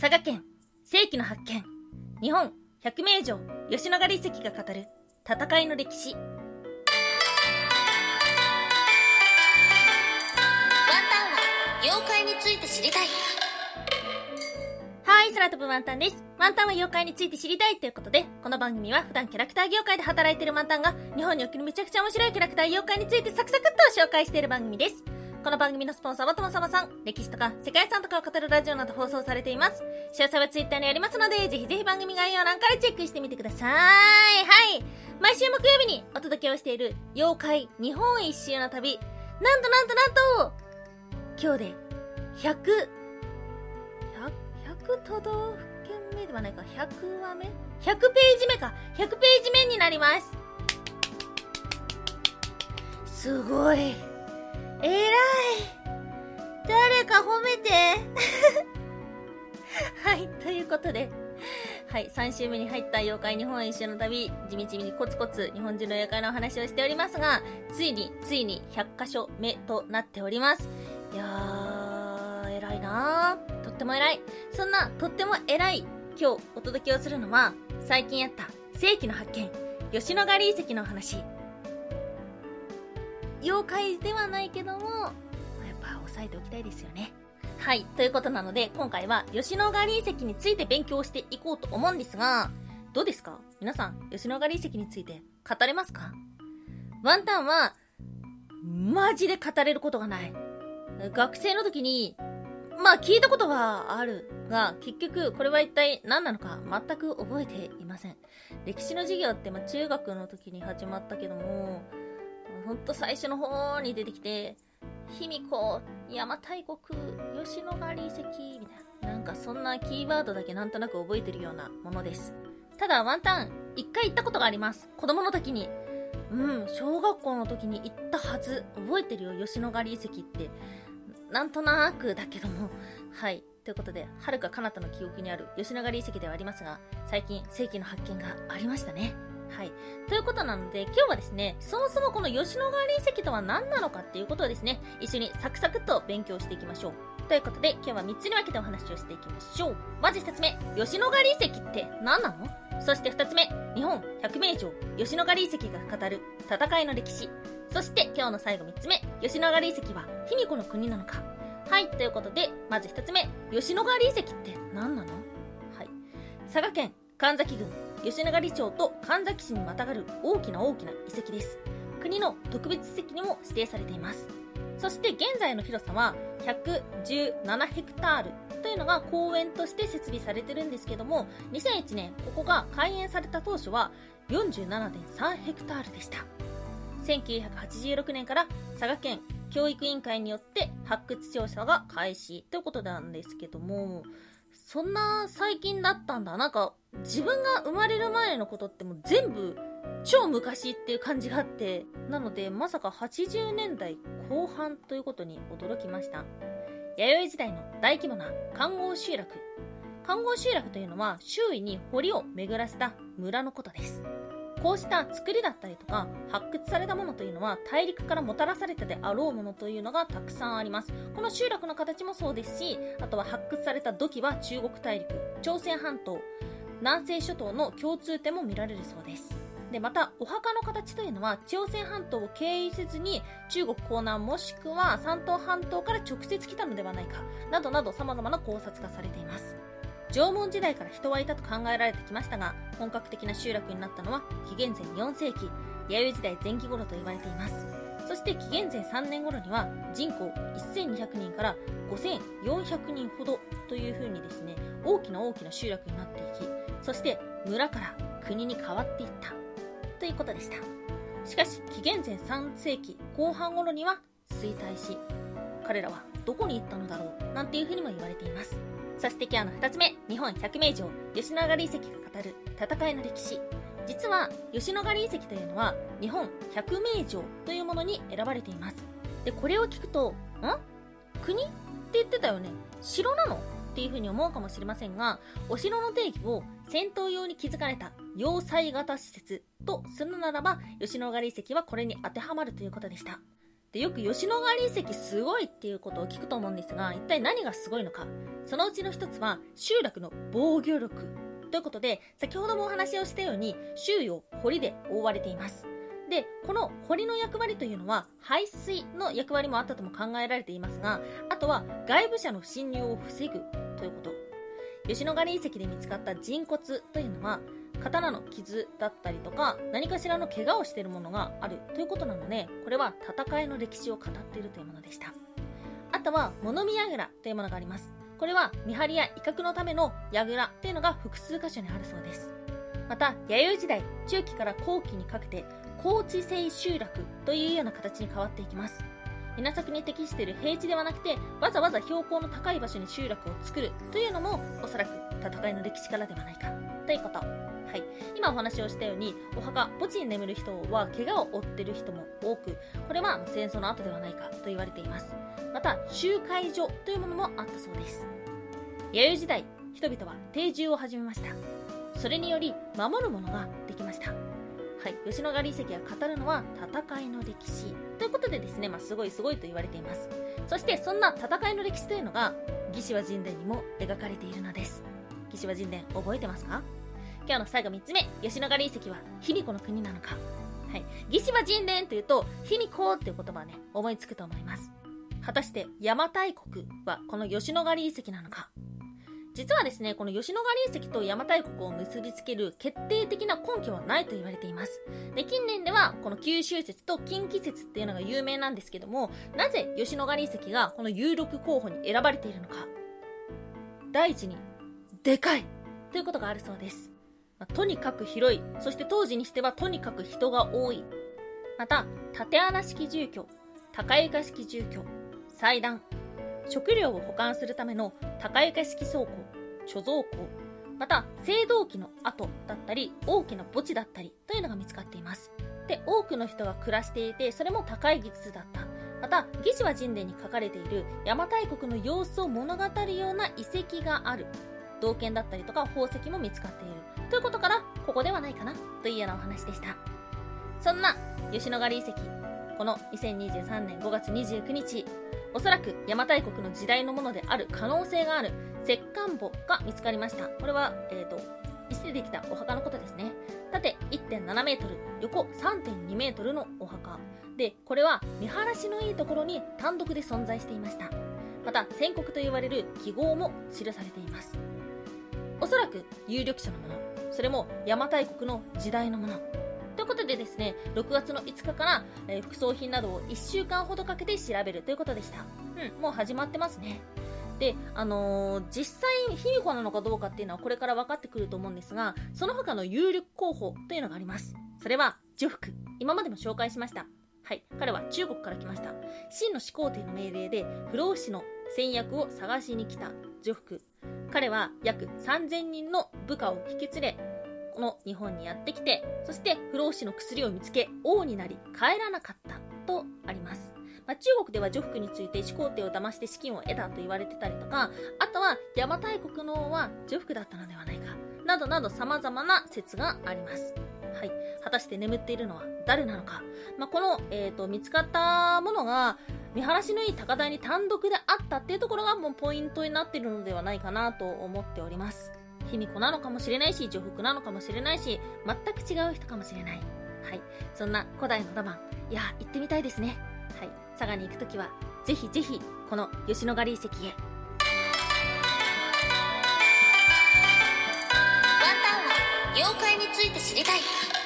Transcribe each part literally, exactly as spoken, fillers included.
佐賀県世紀の発見、日本百名城吉野ヶ里遺跡が語る戦いの歴史。ワンタンは妖怪について知りたい。 はい、空飛ぶワンタンです。ワンタンは妖怪について知りたいということで、この番組は普段キャラクター業界で働いているワンタンが日本におけるめちゃくちゃ面白いキャラクター妖怪についてサクサクっと紹介している番組です。この番組のスポンサーはともさまさん、歴史とか世界遺産とかを語るラジオなど放送されています。詳細はツイッターにありますので、ぜひぜひ番組概要欄からチェックしてみてください。はい。毎週木曜日にお届けをしている妖怪日本一周の旅。なんとなんとなんと、今日でひゃく、ひゃく都道府県目ではないか、ひゃくわめ ?ひゃく ページ目か。ひゃくページ目になります。すごい。えらい。誰か褒めて。はい、ということで、はい、さん週目に入った妖怪日本一周の旅、地道にコツコツ日本中の妖怪のお話をしておりますが、ついに、ついにひゃっかしょめとなっております。いやー、偉いなー。とっても偉い。そんな、とっても偉い、今日お届けをするのは、最近あった世紀の発見、吉野ヶ里遺跡のお話。妖怪ではないけども、やっぱ押さえておきたいですよね。はい、ということなので、今回は吉野ヶ里遺跡について勉強していこうと思うんですが、どうですか皆さん、吉野ヶ里遺跡について語れますか？ワンタンは、マジで語れることがない。学生の時に、まあ聞いたことはあるが、結局これは一体何なのか全く覚えていません。歴史の授業ってまあ中学の時に始まったけども、ほんと最初の方に出てきて、卑弥呼、邪馬台国、吉野ヶ里遺跡みたいな、なんかそんなキーワードだけなんとなく覚えてるようなものです。ただワンタン一回行ったことがあります。子供の時に。うん、小学校の時に行ったはず。覚えてるよ、吉野ヶ里遺跡って。なんとなくだけども、はい。ということで、遥か彼方の記憶にある吉野ヶ里遺跡ではありますが、最近世紀の発見がありましたね。はい。ということなので、今日はですね、そもそもこの吉野ヶ里遺跡とは何なのかっていうことをですね、一緒にサクサクっと勉強していきましょう。ということで、今日はみっつに分けてお話をしていきましょう。まずひとつめ、吉野ヶ里遺跡って何なの？そしてふたつめ、日本百名城吉野ヶ里遺跡が語る戦いの歴史。そして今日の最後みっつめ、吉野ヶ里遺跡は卑弥呼の国なのか？はい、ということで、まずひとつめ、吉野ヶ里遺跡って何なの？はい。佐賀県神崎郡吉野ヶ里町と神崎市にまたがる大きな大きな遺跡です。国の特別遺跡にも指定されています。そして現在の広さはひゃくじゅうななヘクタールというのが公園として設備されてるんですけども、にせんいちねんここが開園された当初は よんじゅうななてんさんヘクタールでした。せんきゅうひゃくはちじゅうろくねんから佐賀県教育委員会によって発掘調査が開始ということなんですけども、そんな最近だったんだ。なんか自分が生まれる前のことってもう全部超昔っていう感じがあって、なのでまさかはちじゅうねんだいこう半ということに驚きました。弥生時代の大規模な環濠集落。環濠集落というのは周囲に堀を巡らせた村のことです。こうした作りだったりとか発掘されたものというのは大陸からもたらされたであろうものというのがたくさんあります。この集落の形もそうですし、あとは発掘された土器は中国大陸、朝鮮半島、南西諸島の共通点も見られるそうです。で、またお墓の形というのは朝鮮半島を経由せずに中国江南もしくは山東半島から直接来たのではないか、などなど様々な考察がされています。縄文時代から人はいたと考えられてきましたが、本格的な集落になったのは紀元前よんせいき、弥生時代前期頃と言われています。そして紀元前さんねん頃には人口せんにひゃくにんからごせんよんひゃくにんほどという風にですね、大きな大きな集落になっていき、そして村から国に変わっていったということでした。しかし紀元前さんせいきこう半頃には衰退し、彼らはどこに行ったのだろうなんていう風にも言われています。そして今日のふたつめ、日本百名城吉野ヶ里遺跡が語る戦いの歴史。実は吉野ヶ里遺跡というのは日本百名城というものに選ばれています。で、これを聞くと、ん？国って言ってたよね、城なのっていう風に思うかもしれませんが、お城の定義を戦闘用に築かれた要塞型施設とするならば、吉野ヶ里遺跡はこれに当てはまるということでした。 で、よく吉野ヶ里遺跡すごいっていうことを聞くと思うんですが、一体何がすごいのか。そのうちの一つは集落の防御力ということで、先ほどもお話をしたように周囲を堀で覆われています。で、この堀の役割というのは排水の役割もあったとも考えられていますが、あとは外部者の侵入を防ぐということ。吉野ヶ里遺跡で見つかった人骨というのは刀の傷だったりとか何かしらの怪我をしているものがあるということなので、これは戦いの歴史を語っているというものでした。あとは物見櫓というものがあります。これは見張りや威嚇のための櫓というのが複数箇所にあるそうです。また弥生時代中期から後期にかけて高地制集落というような形に変わっていきます。稲作に適している平地ではなくて、わざわざ標高の高い場所に集落を作るというのもおそらく戦いの歴史からではないかということ。はい、今お話をしたようにお墓墓地に眠る人は怪我を負っている人も多く、これは戦争の後ではないかと言われています。また集会所というものもあったそうです。弥生時代人々は定住を始めました。それにより守るものができました。はい、吉野ヶ里遺跡が語るのは戦いの歴史ということでですね、まあ、すごいすごいと言われています。そしてそんな戦いの歴史というのが魏志倭人伝にも描かれているのです。魏志倭人伝覚えてますか？今日の最後みっつめ、吉野ヶ里遺跡は卑弥呼の国なのか。はい、魏志倭人伝というと卑弥呼っていう言葉はね思いつくと思います。果たして邪馬台国はこの吉野ヶ里遺跡なのか。実はですね、この吉野ヶ里遺跡と邪馬台国を結びつける決定的な根拠はないと言われています。で、近年ではこの九州説と近畿説っていうのが有名なんですけども、なぜ吉野ヶ里遺跡がこの有力候補に選ばれているのか。第一に、でかいということがあるそうです。まあ、とにかく広い、そして当時にしてはとにかく人が多い。また、縦穴式住居、高床式住居、祭壇、食料を保管するための高床式倉庫、貯蔵庫、また青銅器の跡だったり大きな墓地だったりというのが見つかっています。で、多くの人が暮らしていて、それも高い技術だった。また魏志倭人伝に書かれている邪馬台国の様子を物語るような遺跡がある。銅剣だったりとか宝石も見つかっているということから、ここではないかなというようなお話でした。そんな吉野ヶ里遺跡、このにせんにじゅうさんねんごがつにじゅうくにち、おそらく邪馬台国の時代のものである可能性がある石棺墓が見つかりました。これは、えーと、石でできたお墓のことですね。縦 いってんななメートル、横 さんてんにメートルのお墓で、これは見晴らしのいいところに単独で存在していました。また宣告と言われる記号も記されています。おそらく有力者のもの、それも邪馬台国の時代のものということでですね、ろくがつのいつかから、えー、副葬品などをいっしゅうかんほどかけて調べるということでした。うん、もう始まってますね。で、あのー、実際卑弥呼なのかどうかっていうのはこれから分かってくると思うんですが、その他の有力候補というのがあります。それは徐福。今までも紹介しました。はい、彼は中国から来ました。秦の始皇帝の命令で不老不死の先薬を探しに来た徐福。彼は約さんぜんにんの部下を引き連れ、この日本にやってきて、そして不老不死の薬を見つけ王になり帰らなかったとあります。まあ、中国では徐福について始皇帝を騙して資金を得たと言われてたりとか、あとは邪馬台国の王は徐福だったのではないかなどなど様々な説があります。はい、果たして眠っているのは誰なのか。まあ、この、えーと、見つかったものが見晴らしのいい高台に単独であったっていうところがもうポイントになっているのではないかなと思っております。卑弥呼なのかもしれないし、徐福なのかもしれないし、全く違う人かもしれない。はい、そんな古代のロマン、いや行ってみたいですね。はい、佐賀に行くときはぜひぜひこの吉野ヶ里遺跡へ。 ワンタンは妖怪について知りたい。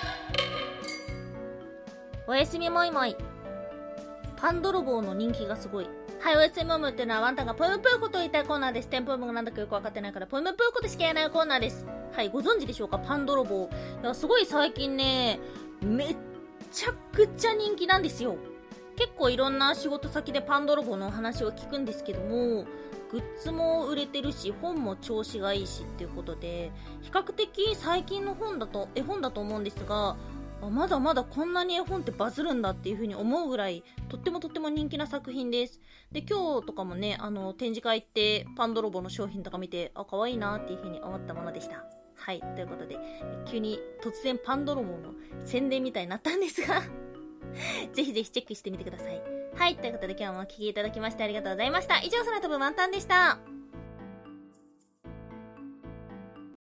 おやすみもいもい。パン泥棒の人気がすごい。はい、おやすみもむっていうのはワンタンがぽよぽよこと言いたいコーナーです。テンポよくなんだかよくわかってないからぽよぽよことしか言えないコーナーです。はい、ご存知でしょうか、パン泥棒。いや、すごい最近ね、めっちゃくちゃ人気なんですよ。結構いろんな仕事先でパン泥棒のお話を聞くんですけども、グッズも売れてるし本も調子がいいしっていうことで、比較的最近の本だと絵本だと思うんですが、まだまだこんなに絵本ってバズるんだっていう風に思うぐらいとってもとっても人気な作品です。で、今日とかもね、あの展示会行ってパン泥棒の商品とか見て、あ、可愛いなっていう風に思ったものでした。はい、ということで急に突然パン泥棒の宣伝みたいになったんですがぜひぜひチェックしてみてください。 はい、ということで今日もお聞きいただきましてありがとうございました。以上、空飛ぶワンタンでした。